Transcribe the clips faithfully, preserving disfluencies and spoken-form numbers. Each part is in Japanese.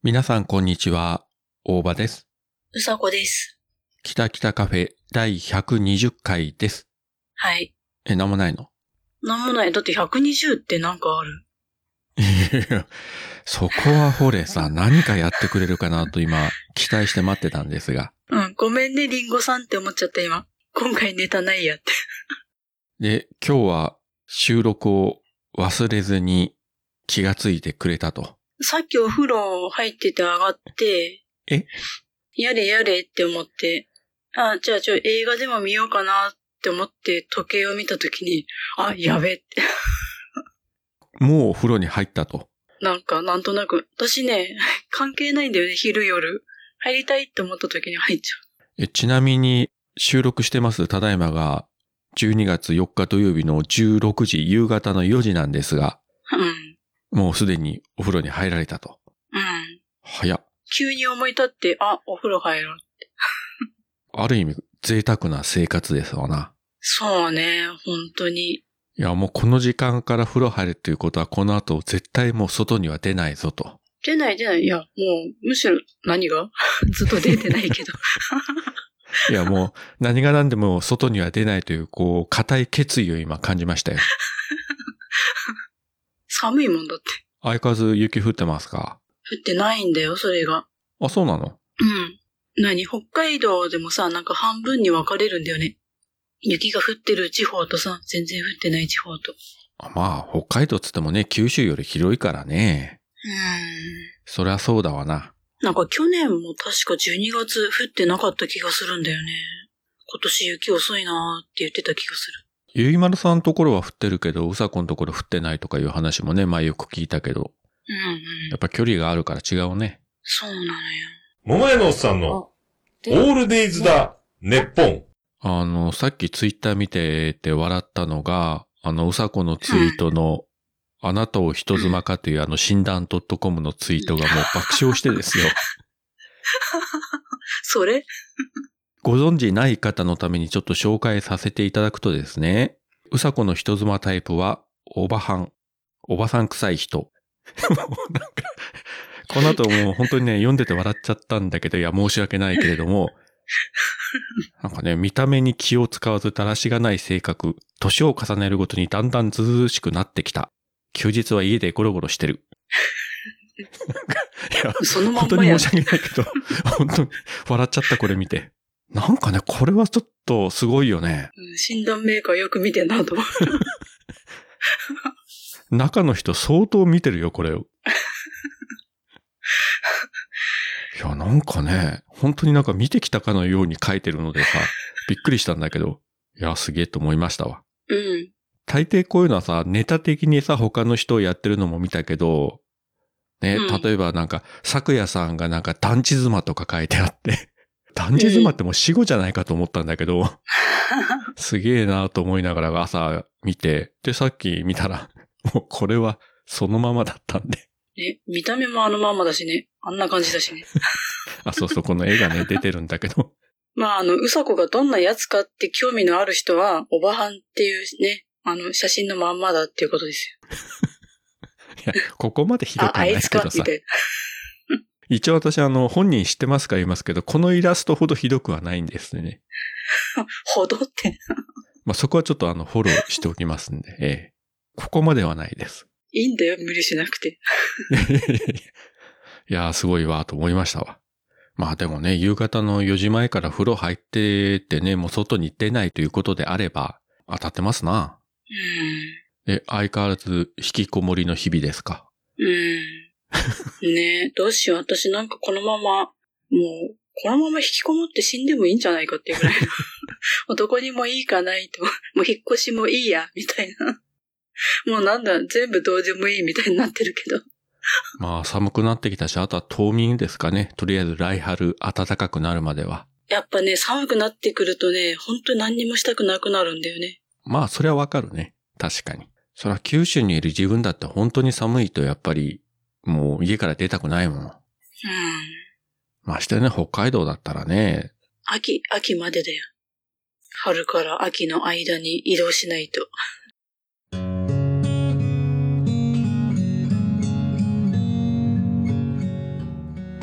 皆さんこんにちは、大場です。 うさこです。 きたきたカフェだいひゃくにじゅっかいです。 はい。 え、なんもないの？ なんもない。だってひゃくにじゅうってなんかある？ いや、そこはほれさ、何かやってくれるかなと今、期待して待ってたんですが。 うん、ごめんね、リンゴさんって思っちゃった今。今回ネタないやって。 で、今日は収録を忘れずに気がついてくれたと。 さっきお風呂入ってて上がって、 え？ やれやれって思って、あ、じゃあちょ、映画でも見ようかなって思って時計を見たときに、あ、やべって。 もうお風呂に入ったと。 なんか、なんとなく、私ね、関係ないんだよね、昼夜。入りたいって思った時に入っちゃう。 え、ちなみに収録してますただいまがじゅうにがつよっか土曜日のじゅうろくじ、夕方のよじなんですが、 うん。 もうすでにお風呂に入られたと。 うん。 早っ。 急に思い立って、あ、お風呂入ろうって。 ある意味贅沢な生活ですわな。 そうね、本当に。 いや、もうこの時間から風呂入るっていうことはこの後絶対もう外には出ないぞと。 出ない出ない。いや、もう、むしろ何がずっと出てないけど。 いや、もう何が何でも外には出ないというこう固い決意を今感じましたよ。 寒いもんだって。 相変わらず雪降ってますか？ 降ってないんだよ、それが。 あ、そうなの？ うん。何？北海道でもさ、なんか半分に分かれるんだよね。雪が降ってる地方とさ、全然降ってない地方と。 まあ、北海道つってもね、九州より広いからね。 うーん。 そりゃそうだわな。 なんか去年も確かじゅうにがつ降ってなかった気がするんだよね。今年雪遅いなーって言ってた気がする。 ゆいまるさんのところは降ってるけど、うさこのところ降ってないとかいう話もね、前よく聞いたけど。 うんうん。 やっぱ距離があるから違うね。 そうなのよ。 桃屋のおっさんのオールデイズだ、ネッポン。 あの、さっきツイッター見てて笑ったのが、あの、うさこのツイートの、あなたを人妻かというあの診断 .com のツイートがもう爆笑してですよ。 それご存知ない方のためにちょっと紹介させていただくとですね、うさこの人妻タイプは、おばはん。おばさん臭い人。もうなんか、この後もう本当にね、読んでて笑っちゃったんだけど、いや、申し訳ないけれども、なんかね、見た目に気を使わずだらしがない性格、年を重ねるごとにだんだんずうずうしくなってきた。休日は家でゴロゴロしてる。いや、 そのま本当んまや。 に申し訳ないけど、本当に笑っちゃったこれ見て。なんかね、これはちょっとすごいよね。 うん、診断メーカーよく見てんなと思う。 中の人相当見てるよ、これを。いや、なんかね、本当になんか見てきたかのように書いてるのでさ、びっくりしたんだけど、いや、すげえと思いましたわ。 うん。 大抵こういうのはさ、ネタ的にさ、他の人をやってるのも見たけど、ね、 うん、 例えばなんか、咲夜さんがなんか団地妻とか書いてあって、団地妻ってもう死後じゃないかと思ったんだけど、うん、すげえなと思いながら朝見て、で、さっき見たら、もうこれはそのままだったんで。 ね、見た目もあのまんまだしね。あんな感じだしね。 あ、そうそう、この絵がね、出てるんだけど。 まあ、あの、うさこがどんなやつかって興味のある人は、おばはんっていうね、あの、写真のまんまだっていうことですよ。いや、ここまでひどくはないけどさ。 あ、あいつかみたいな。 一応私、あの、本人知ってますか言いますけど、このイラストほどひどくはないんですね。 ほどって。 まあ、そこはちょっとあの、フォローしておきますんで、ええ。ここまではないです。 いいんだよ、無理しなくて。 いやー、すごいわ、と思いましたわ。まあでもね、夕方のよじまえから風呂入っててね、もう外に出ないということであれば、当たってますな。 うん。 え、相変わらず引きこもりの日々ですか？ うん。ねえ、どうしよう。私なんかこのまま、もう、このまま引きこもって死んでもいいんじゃないかっていうぐらいの。もうどこにもいいかないと。もう引っ越しもいいや、みたいな。もうなんだ、全部どうでもいいみたいになってるけど。 まあ寒くなってきたし、あとは冬眠ですかね。とりあえず来春暖かくなるまでは。 やっぱね、寒くなってくるとね、本当に何にもしたくなくなるんだよね。 まあそれはわかるね。確かに。それは九州にいる自分だって本当に寒いとやっぱり、もう家から出たくないもん。うん。ましてね、北海道だったらね。 秋、秋までだよ。春から秋の間に移動しないと。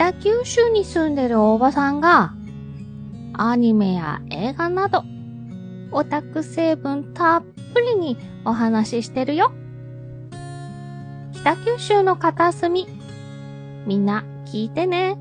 北九州に住んでるおばさんが、アニメや映画など、オタク成分たっぷりにお話ししてるよ。北九州の片隅、みんな聞いてね。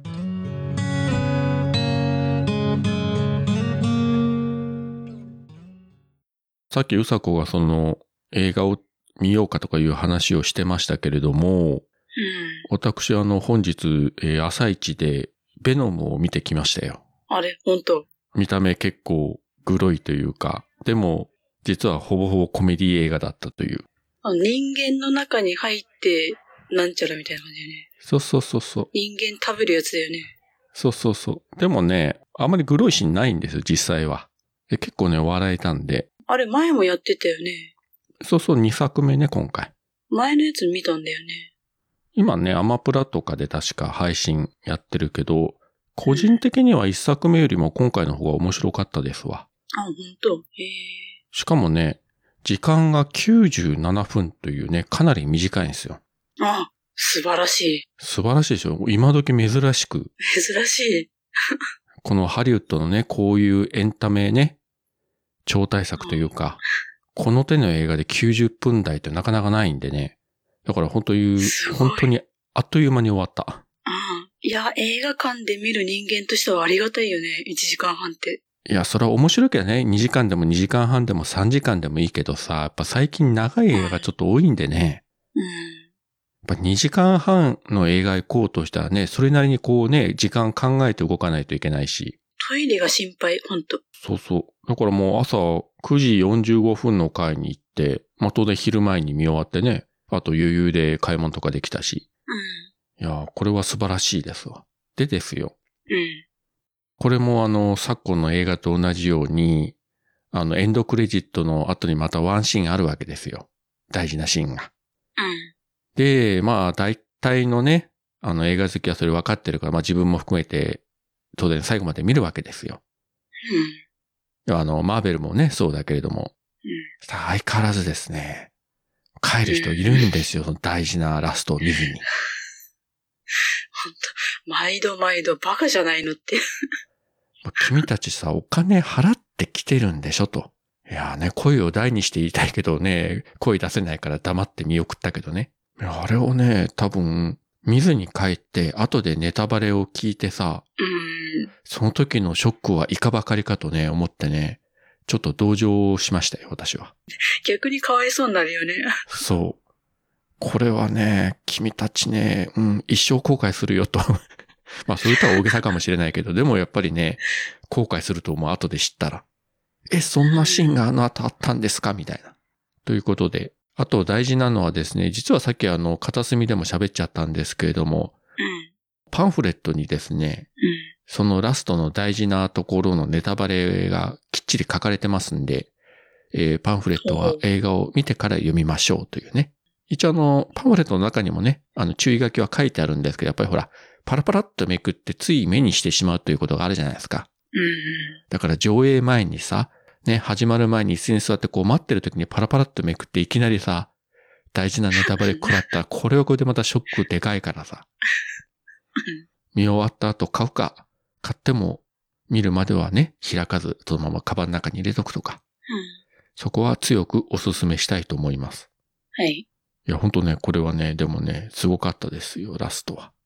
さっきうさこがその映画を見ようかとかいう話をしてましたけれども、 うん、 私あの本日、えー、朝一でベノムを見てきましたよ。 あれ、ほんと。 見た目結構グロいというか、でも実はほぼほぼコメディ映画だったという。 あの人間の中に入ってなんちゃらみたいな感じだよね。 そうそうそうそう。 人間食べるやつだよね。 そうそうそう。でもね、あまりグロいシーンないんですよ、実際は。で結構ね、笑えたんで。 あれ、前もやってたよね。 そうそう、にさくめね、今回。 前のやつ見たんだよね。 今ね、アマプラとかで確か配信やってるけど、個人的にはいっさくめよりも今回の方が面白かったですわ。 あ、ほんと。へえ。 しかもね、時間がきゅうじゅうななふんというね、かなり短いんですよ。 あ、素晴らしい。 素晴らしいでしょ。今時珍しく。 珍しい。 このハリウッドのね、こういうエンタメね、超大作というか、この手の映画できゅうじゅっぷん台ってなかなかないんでね。だから本当いう、本当にあっという間に終わった。 ああ。いや、映画館で見る人間としてはありがたいよね。いちじかんはんって。 いや、それは面白いけどね。にじかんでもにじかんはんでもさんじかんでもいいけどさ、やっぱ最近長い映画がちょっと多いんでね。 うん。 やっぱにじかんはんの映画行こうとしたらね、それなりにこうね、時間考えて動かないといけないし。 トイレが心配、ほんと。 そうそう。だからもう朝くじよんじゅうごふんの回に行って、まあ当然昼前に見終わってね、あと余裕で買い物とかできたし。 うん。 いや、これは素晴らしいですわ。でですよ。 うん。 これもあの、昨今の映画と同じように、あの、エンドクレジットの後にまたワンシーンあるわけですよ。大事なシーンが。 うん。 で、まあ、大体のね、あの、映画好きはそれ分かってるから、まあ自分も含めて、当然最後まで見るわけですよ。 うん。 あの、マーベルもね、そうだけれども。 うん。 相変わらずですね、帰る人いるんですよ、その大事なラストを見ずに。 ほんと、毎度毎度バカじゃないのって。 君たちさ、お金払ってきてるんでしょと。いやね、声を大にして言いたいけどね、声出せないから黙って見送ったけどね。あれをね、多分、見ずに帰って、後でネタバレを聞いてさ、 うーん。 その時のショックはいかばかりかとね、思ってね、ちょっと同情しましたよ、私は。 逆にかわいそうになるよね。 そう。これはね、君たちね、うん、一生後悔するよと。まあ、そういうとは大げさかもしれないけど、でもやっぱりね、後悔すると思う、後で知ったら。え、そんなシーンがあの後あったんですかみたいな。ということで、あと大事なのはですね、実はさっきあの、片隅でも喋っちゃったんですけれども、 うん。 パンフレットにですね、 うん。 そのラストの大事なところのネタバレがきっちり書かれてますんで、えー、パンフレットは映画を見てから読みましょうというね。一応あの、パンフレットの中にもね、あの、注意書きは書いてあるんですけど、やっぱりほら、パラパラっとめくってつい目にしてしまうということがあるじゃないですか。 うん。 だから上映前にさ、ね、始まる前に椅子に座ってこう待ってる時にパラパラっとめくっていきなりさ、大事なネタバレ食らったら、これはこれでまたショックでかいからさ。見終わった後買うか、買っても見るまではね、開かず、そのままカバンの中に入れとくとか。 うん。 そこは強くお勧めしたいと思います。 はい。 いや、ほんとね、これはね、でもね、すごかったですよ、ラストは。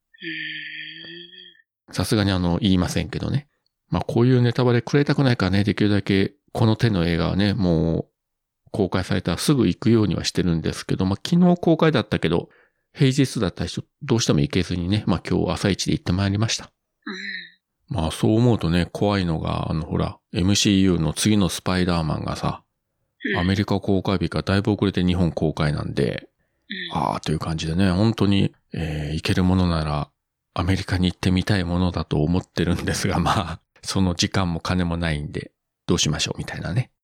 さすがにあの、言いませんけどね。まあ、こういうネタバレ食らいたくないからね、できるだけ、この手の映画はね、もう、公開されたらすぐ行くようにはしてるんですけど、まあ、昨日公開だったけど、平日だった人、どうしても行けずにね、まあ、今日朝一で行ってまいりました。 うん。 まあ、そう思うとね、怖いのが、あの、ほら、エムシーユー の次のスパイダーマンがさ、 うん、 アメリカ公開日がだいぶ遅れて日本公開なんで、 うん、 ああ、という感じでね、本当に、えー、行けるものなら、アメリカに行ってみたいものだと思ってるんですが、まあ、その時間も金もないんで、どうしましょうみたいなね。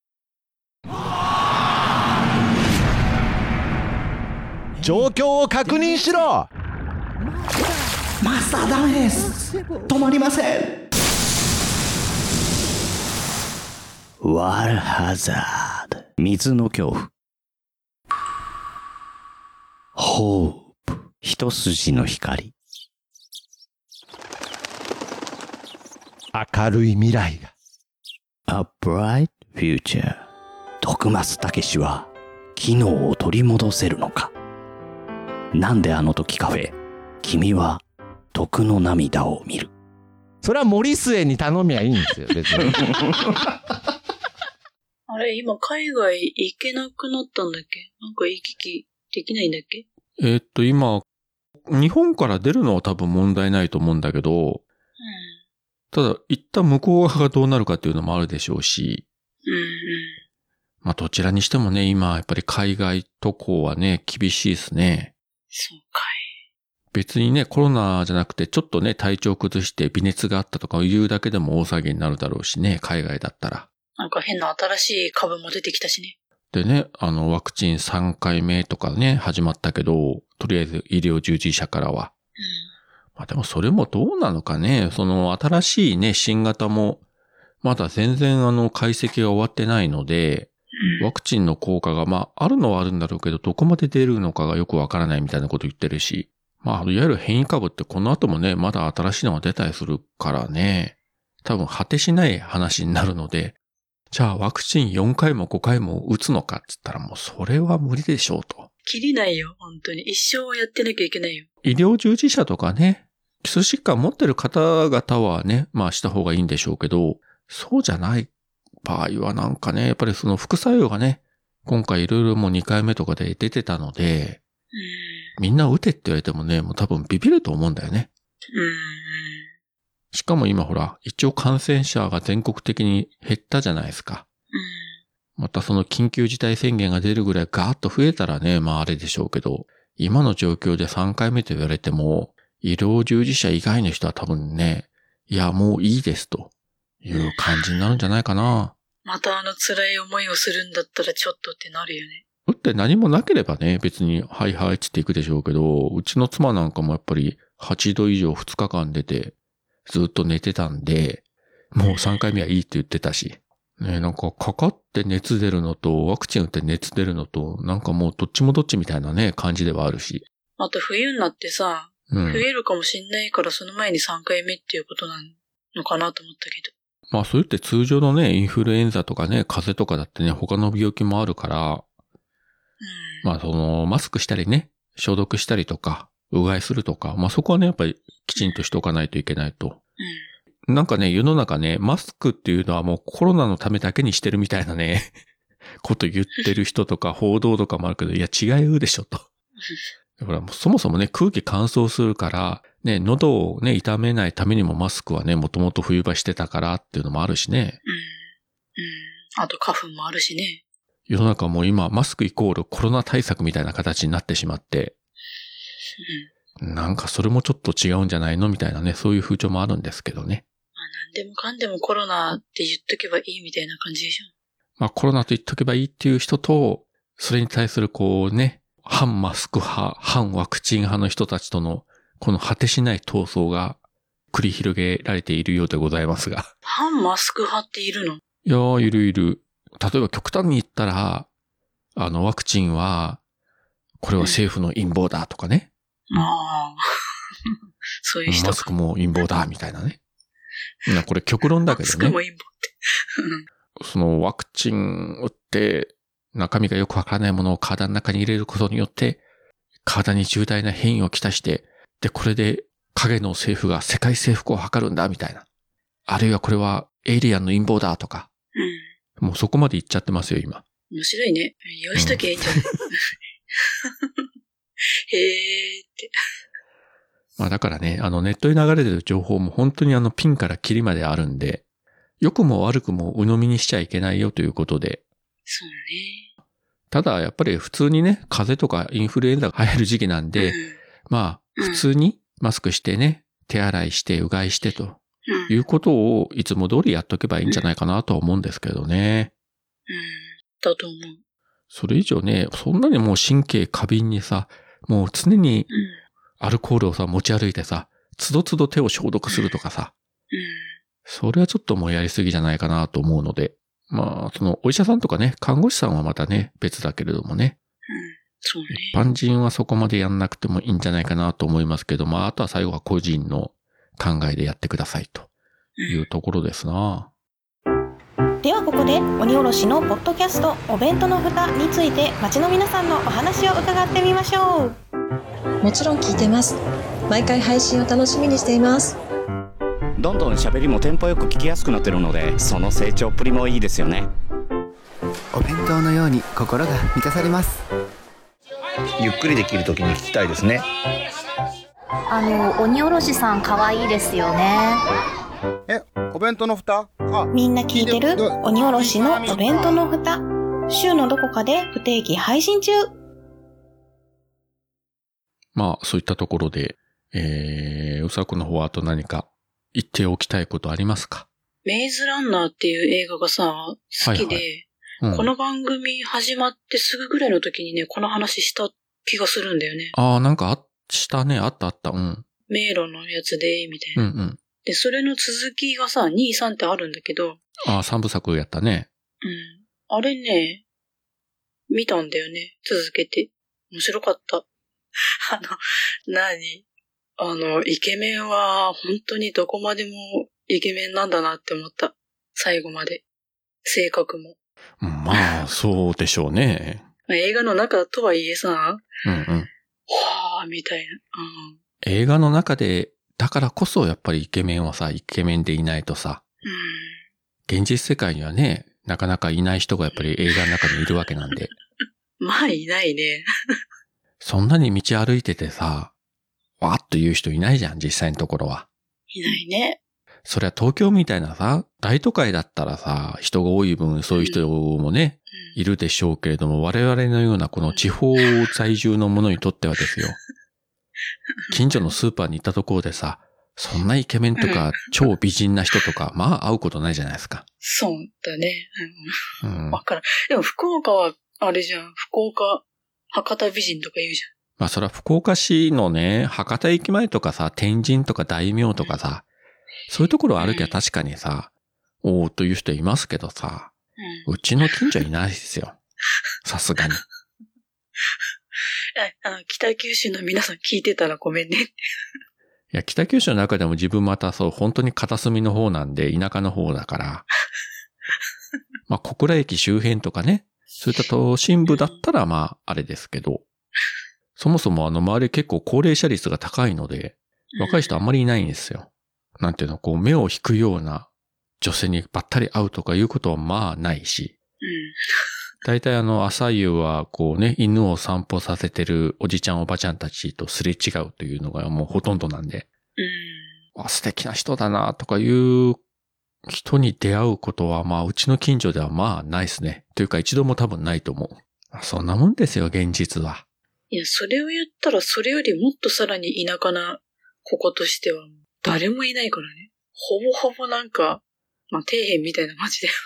状況を確認しろ。 マスターダメです。止まりません。ワールハザード、水の恐怖。ホープ、一筋の光。 明るい未来が。 A bright future。徳松武史は機能を取り戻せるのか。なんであの時カフェ、君は徳の涙を見る。 それは森末に頼みゃいいんですよ、別に。 あれ、今海外行けなくなったんだっけ？なんか行き来できないんだっけ？ えーっと、今、日本から出るのは多分問題ないと思うんだけど、 うん。 ただ、一旦向こう側がどうなるかっていうのもあるでしょうし、 うんうん。 まあ、どちらにしてもね、今、やっぱり海外渡航はね、厳しいですね。 そうか別にね、コロナじゃなくて、ちょっとね、体調崩して微熱があったとか言うだけでも大騒ぎになるだろうしね、海外だったら。 い。なんか変な新しい株も出てきたしね。 でね、あの、ワクチンさんかいめとかね、始まったけど、とりあえず医療従事者からは。 うん。 まあでもそれもどうなのかね、その新しいね、新型も、まだ全然あの、解析が終わってないので、 うん、 ワクチンの効果がまあ、あるのはあるんだろうけど、どこまで出るのかがよくわからないみたいなこと言ってるし、まあ、いわゆる変異株ってこの後もね、まだ新しいのが出たりするからね、多分果てしない話になるので、じゃあワクチンよんかいもごかいも打つのかって言ったらもうそれは無理でしょうと。 きりないよ、本当に。一生やってなきゃいけないよ。 医療従事者とかね、基礎疾患持ってる方々はね、まあした方がいいんでしょうけど、そうじゃない場合はなんかね、やっぱりその副作用がね、今回いろいろもうにかいめとかで出てたので、 うん、 みんな打てって言われてもね、もう多分ビビると思うんだよね。 うん、 しかも今ほら、一応感染者が全国的に減ったじゃないですか。 うん、 またその緊急事態宣言が出るぐらいガーッと増えたらね、まああれでしょうけど、今の状況でさんかいめと言われても、医療従事者以外の人は多分ね、いやもういいですという感じになるんじゃないかな。 またあの辛い思いをするんだったらちょっとってなるよね。 打って何もなければね、別にはいはいつっていくでしょうけど、うちの妻なんかもやっぱりはちど以上ふつかかん出て、ずっと寝てたんで、もうさんかいめはいいって言ってたし。ね、なんかかかって熱出るのと、ワクチン打って熱出るのと、なんかもうどっちもどっちみたいなね、感じではあるし。 また冬になってさ、 うん、 増えるかもしんないからその前にさんかいめっていうことなのかなと思ったけど。 まあそう言って通常のね、インフルエンザとかね、風邪とかだってね、他の病気もあるから、 うん、 まあその、マスクしたりね、消毒したりとか、うがいするとか、まあそこはね、やっぱりきちんとしておかないといけないと。 うん、 なんかね、世の中ね、マスクっていうのはもうコロナのためだけにしてるみたいなね、こと言ってる人とか報道とかもあるけど、いや違うでしょと。ほら、もうそもそもね、空気乾燥するから、ね、喉をね、痛めないためにもマスクはね、もともと冬場してたからっていうのもあるしね。 うん。うん。あと花粉もあるしね。 世の中もう今、マスクイコールコロナ対策みたいな形になってしまって、 うん。 なんかそれもちょっと違うんじゃないのみたいなね、そういう風潮もあるんですけどね。 まあ何でもかんでもコロナって言っとけばいいみたいな感じでしょ。 まあコロナと言っとけばいいっていう人と、それに対するこうね、反マスク派、反ワクチン派の人たちとの、この果てしない闘争が繰り広げられているようでございますが。 反マスク派っているの？ いやー、いるいる。例えば極端に言ったら、あの、ワクチンは、これは政府の陰謀だとかね。 ああ。そういう人。 マスクも陰謀だ、みたいなね。なこれ極論だけどね。 マスクも陰謀って。 そのワクチン打って、中身がよくわからないものを体の中に入れることによって、体に重大な変異をきたして、で、これで影の政府が世界征服を図るんだ、みたいな。あるいはこれはエイリアンの陰謀だ、とか。 うん。 もうそこまで言っちゃってますよ、今。 面白いね。言わしときゃいいんじゃない、うん、へーって。 まあだからね、あのネットに流れてる情報も本当にあのピンからキリまであるんで、良くも悪くも鵜呑みにしちゃいけないよということで。 そうね。 ただやっぱり普通にね、風邪とかインフルエンザが流行る時期なんで、うん、まあ普通にマスクしてね、手洗いしてうがいしてということをいつも通りやっとけばいいんじゃないかなとは思うんですけどね。 うん、だと思う。 それ以上ね、そんなにもう神経過敏にさ、もう常にアルコールをさ持ち歩いてさ、つどつど手を消毒するとかさ、 うん、 それはちょっともうやりすぎじゃないかなと思うので、まあ、そのお医者さんとかね、看護師さんはまたね、別だけれどもね。 うん、そうね。 一般人はそこまでやんなくてもいいんじゃないかなと思いますけど、まあ、あとは最後は個人の考えでやってくださいというところですな。 ではここで鬼おろしのポッドキャストお弁当の蓋について町の皆さんのお話を伺ってみましょう。もちろん聞いてます。毎回配信を楽しみにしています。 どんどん喋りもテンポよく聞きやすくなってるので、その成長っぷりもいいですよね。 お弁当のように心が満たされます。 ゆっくりできるときに聞きたいですね。 あの鬼おろしさん可愛いですよね。 え、お弁当の蓋？ あ、みんな聞いてる？鬼おろしのお弁当の蓋。週のどこかで不定期配信中。 まあそういったところで、えー、うさこの方はあと何か言っておきたいことありますか？ メイズランナーっていう映画がさ、好きで、はいはいうん、この番組始まってすぐぐらいの時にね、この話した気がするんだよね。 ああ、なんかあしたね、あったあった、うん。 迷路のやつで、みたいな。 うんうん。 で、それの続きがさ、に、さんってあるんだけど。 ああ、三部作やったね。 うん。あれね、見たんだよね、続けて。面白かった。あの、何あの、イケメンは本当にどこまでもイケメンなんだなって思った。最後まで。性格も。 まあ、そうでしょうね。 映画の中とはいえさ、 うんうん。 はぁ、みたいな、うん。 映画の中で、だからこそやっぱりイケメンはさ、イケメンでいないとさ、うん、現実世界にはね、なかなかいない人がやっぱり映画の中にいるわけなんで。 まあ、いないね。 そんなに道歩いててさ、わーっと言う人いないじゃん、実際のところは。 いないね。 そりゃ東京みたいなさ、大都会だったらさ、人が多い分そういう人もね、うん、いるでしょうけれども、我々のようなこの地方在住の者にとってはですよ。近所のスーパーに行ったところでさ、そんなイケメンとか超美人な人とか、まあ会うことないじゃないですか。 そうだね。うん。わ、 うん、 からん。でも福岡は、あれじゃん。福岡、博多美人とか言うじゃん。 まあそれは福岡市のね、博多駅前とかさ、天神とか大名とかさ、うん、そういうところを歩きゃ確かにさ、うん、おーという人いますけどさ、うん、うちの近所いないですよ。さすがに。 あの、北九州の皆さん聞いてたらごめんね。いや、北九州の中でも自分またそう、本当に片隅の方なんで、田舎の方だから、まあ小倉駅周辺とかね、そういった都心部だったらまあ、あれですけど、そもそもあの周り結構高齢者率が高いので、若い人あんまりいないんですよ。なんていうの、こう目を引くような女性にばったり会うとかいうことはまあないし、大体あの朝夕はこうね、犬を散歩させてるおじちゃんおばちゃんたちとすれ違うというのがもうほとんどなんで、あ、素敵な人だなとかいう人に出会うことはまあうちの近所ではまあないですね。というか一度も多分ないと思う。そんなもんですよ、現実は。 いや、それを言ったらそれよりもっとさらに田舎なこことしては誰もいないからね。ほぼほぼなんか、まあ底辺みたいな街で。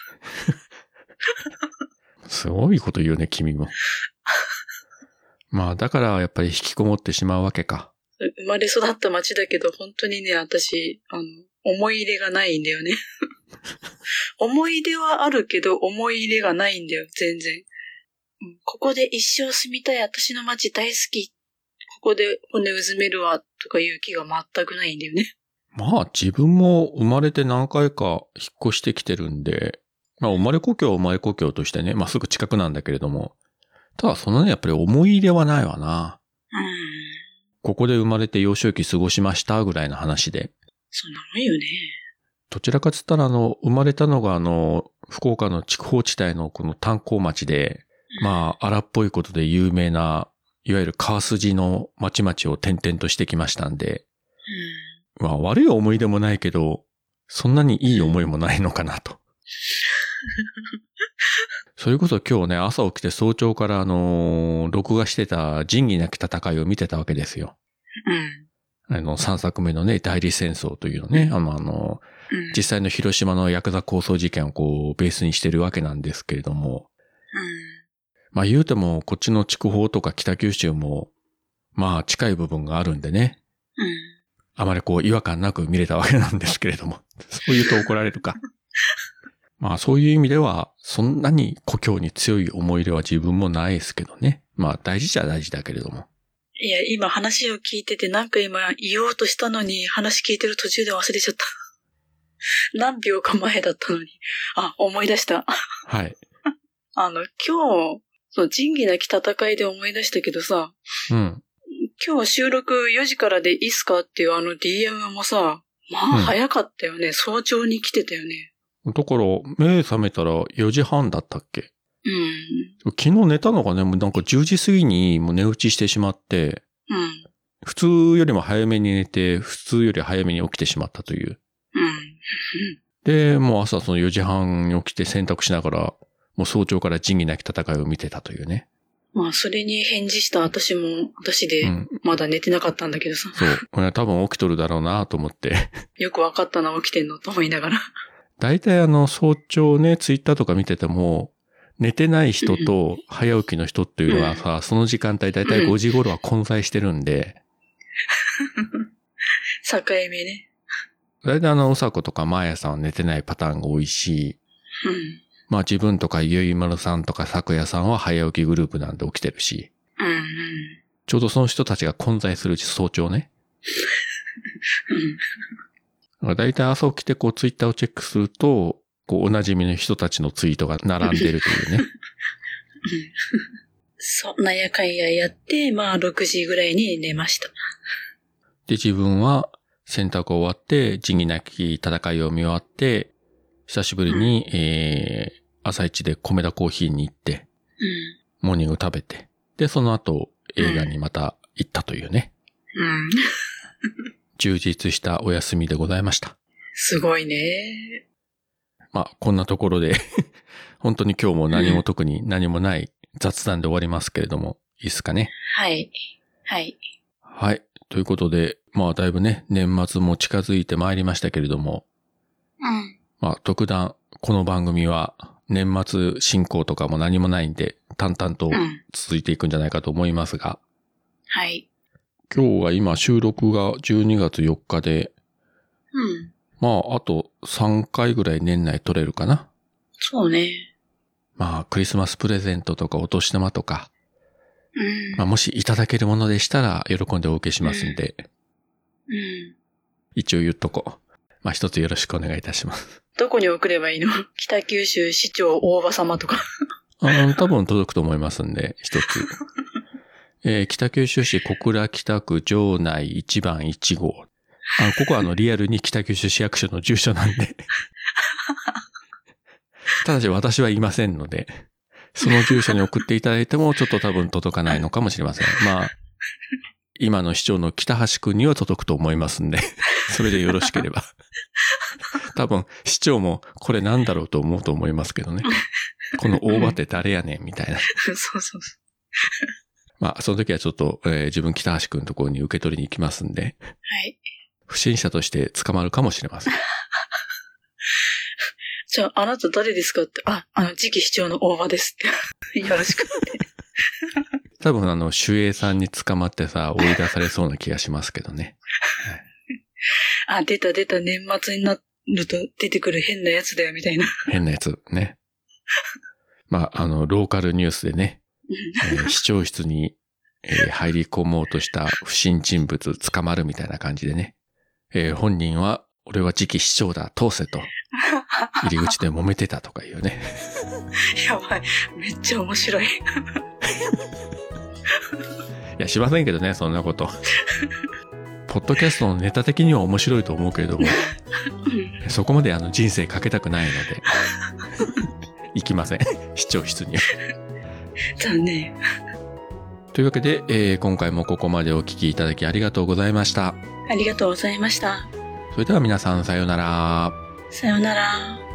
すごいこと言うね、君も。まあだからやっぱり引きこもってしまうわけか。 生まれ育った街だけど本当にね、私、あの、思い入れがないんだよね。思い出はあるけど思い入れがないんだよ、全然。ここで一生住みたい、私の街大好き。ここで骨うずめるわ、とかいう気が全くないんだよね。 まあ自分も生まれて何回か引っ越してきてるんで、まあ生まれ故郷は生まれ故郷としてね、まあすぐ近くなんだけれども、ただそのね、やっぱり思い入れはないわな。うん。ここで生まれて幼少期過ごしましたぐらいの話で。 そんなもんよね。 どちらかつったらあの、生まれたのがあの、福岡の筑豊地帯のこの炭鉱町で、まあ、荒っぽいことで有名な、いわゆる川筋の町々を転々としてきましたんで、うん、まあ、悪い思い出もないけど、そんなにいい思いもないのかなと。それこそ今日ね、朝起きて早朝からあのー、録画してた仁義なき戦いを見てたわけですよ。うん、あの、さんさくめのね、代理戦争というのね、あの、あの、うん、実際の広島のヤクザ抗争事件をこう、ベースにしてるわけなんですけれども、うんまあ言うてもこっちの筑豊とか北九州もまあ近い部分があるんでね。うん。あまりこう違和感なく見れたわけなんですけれども。そう言うと怒られるか。まあそういう意味ではそんなに故郷に強い思い入れは自分もないですけどね。まあ大事じゃ大事だけれども。 いや今話を聞いててなんか今言おうとしたのに話聞いてる途中で忘れちゃった。 何秒か前だったのに。あ、思い出した。 はい。 あの、今日、その仁義なき戦いで思い出したけどさ、 うん。 今日は収録よじからでいいっすかっていうあの ディーエム もさ、まあ早かったよね。うん、早朝に来てたよね。 だから、目覚めたらよじはんだったっけ？ うん。 昨日寝たのがね、もうなんかじゅうじ過ぎにもう寝落ちしてしまって、 うん。 普通よりも早めに寝て、普通より早めに起きてしまったという。 うん。 で、もう朝そのよじはんに起きて洗濯しながら、もう早朝から仁義なき戦いを見てたというね。 まあ、それに返事した私も、私で、まだ寝てなかったんだけどさ。 うん、そう。これは多分起きとるだろうなと思って。 よくわかったな、起きてんのと思いながら。 大体あの、早朝ね、ツイッターとか見てても、寝てない人と早起きの人っていうのはさ、うん、その時間帯大体ごじ頃は混在してるんで。 境目ね。 大体あの、うさことかまーやさんは寝てないパターンが多いし、 うん。 まあ自分とかゆいまるさんとかさくやさんは早起きグループなんで起きてるし、 うんうん、 ちょうどその人たちが混在する早朝ね。うん、だいたい朝起きてこうツイッターをチェックすると、こうおなじみの人たちのツイートが並んでるというね。うん、 そんなやかんややって、まあろくじぐらいに寝ました。 で、自分は洗濯終わって、仁義なき戦いを見終わって、久しぶりに、うん、えー、朝一で米田コーヒーに行って、 うん、 モーニング食べて、で、その後映画にまた行ったというね。 うん、 充実したお休みでございました。 すごいね。 まあ、こんなところで、本当に今日も何も特に何もない雑談で終わりますけれども、いいですかね。 はい。はい。 はい。ということで、まあ、だいぶね、年末も近づいてまいりましたけれども、 うん。 まあ、特段、この番組は、年末進行とかも何もないんで、淡々と続いていくんじゃないかと思いますが、 うん、はい。 今日は今収録がじゅうにがつよっかで、 うん。 まあ、あとさんかいぐらい年内取れるかな。 そうね。 まあ、クリスマスプレゼントとかお年玉とか、 うん。 まあ、もしいただけるものでしたら喜んでお受けしますんで、 うん。うん、 一応言っとこう。まあ、一つよろしくお願いいたします。 どこに送ればいいの？北九州市長大場様とか。 あ多分届くと思いますんで、一つ。えー、北九州市小倉北区城内いちばんいち号。あの、ここはあの、リアルに北九州市役所の住所なんで。ただし私はいませんので、その住所に送っていただいてもちょっと多分届かないのかもしれません。まあ、今の市長の北橋くんには届くと思いますんで、それでよろしければ。多分、市長もこれなんだろうと思うと思いますけどね。この大場って誰やねんみたいな。 そうそうそう。 まあ、その時はちょっと、えー、自分北橋くんのところに受け取りに行きますんで。 はい。 不審者として捕まるかもしれません。 じゃあ、あなた誰ですかって、あ、あの、次期市長の大場ですって。よろしくって。 多分あの、守衛さんに捕まってさ、追い出されそうな気がしますけどね。 はい、あ、出た出た、年末になると出てくる変なやつだよ、みたいな。 変なやつ、ね。まあ、あの、ローカルニュースでね、えー、市長室に、えー、入り込もうとした不審人物捕まるみたいな感じでね。えー、本人は、俺は次期市長だ、通せと。入り口で揉めてたとかいうね。 やばい。めっちゃ面白い。いや、しませんけどね、そんなこと。ポッドキャストのネタ的には面白いと思うけれども、そこまであの人生かけたくないので、行きません。市長室には。 残念。 というわけで、えー、今回もここまでお聞きいただきありがとうございました。 ありがとうございました。 それでは皆さんさようなら。 さようなら。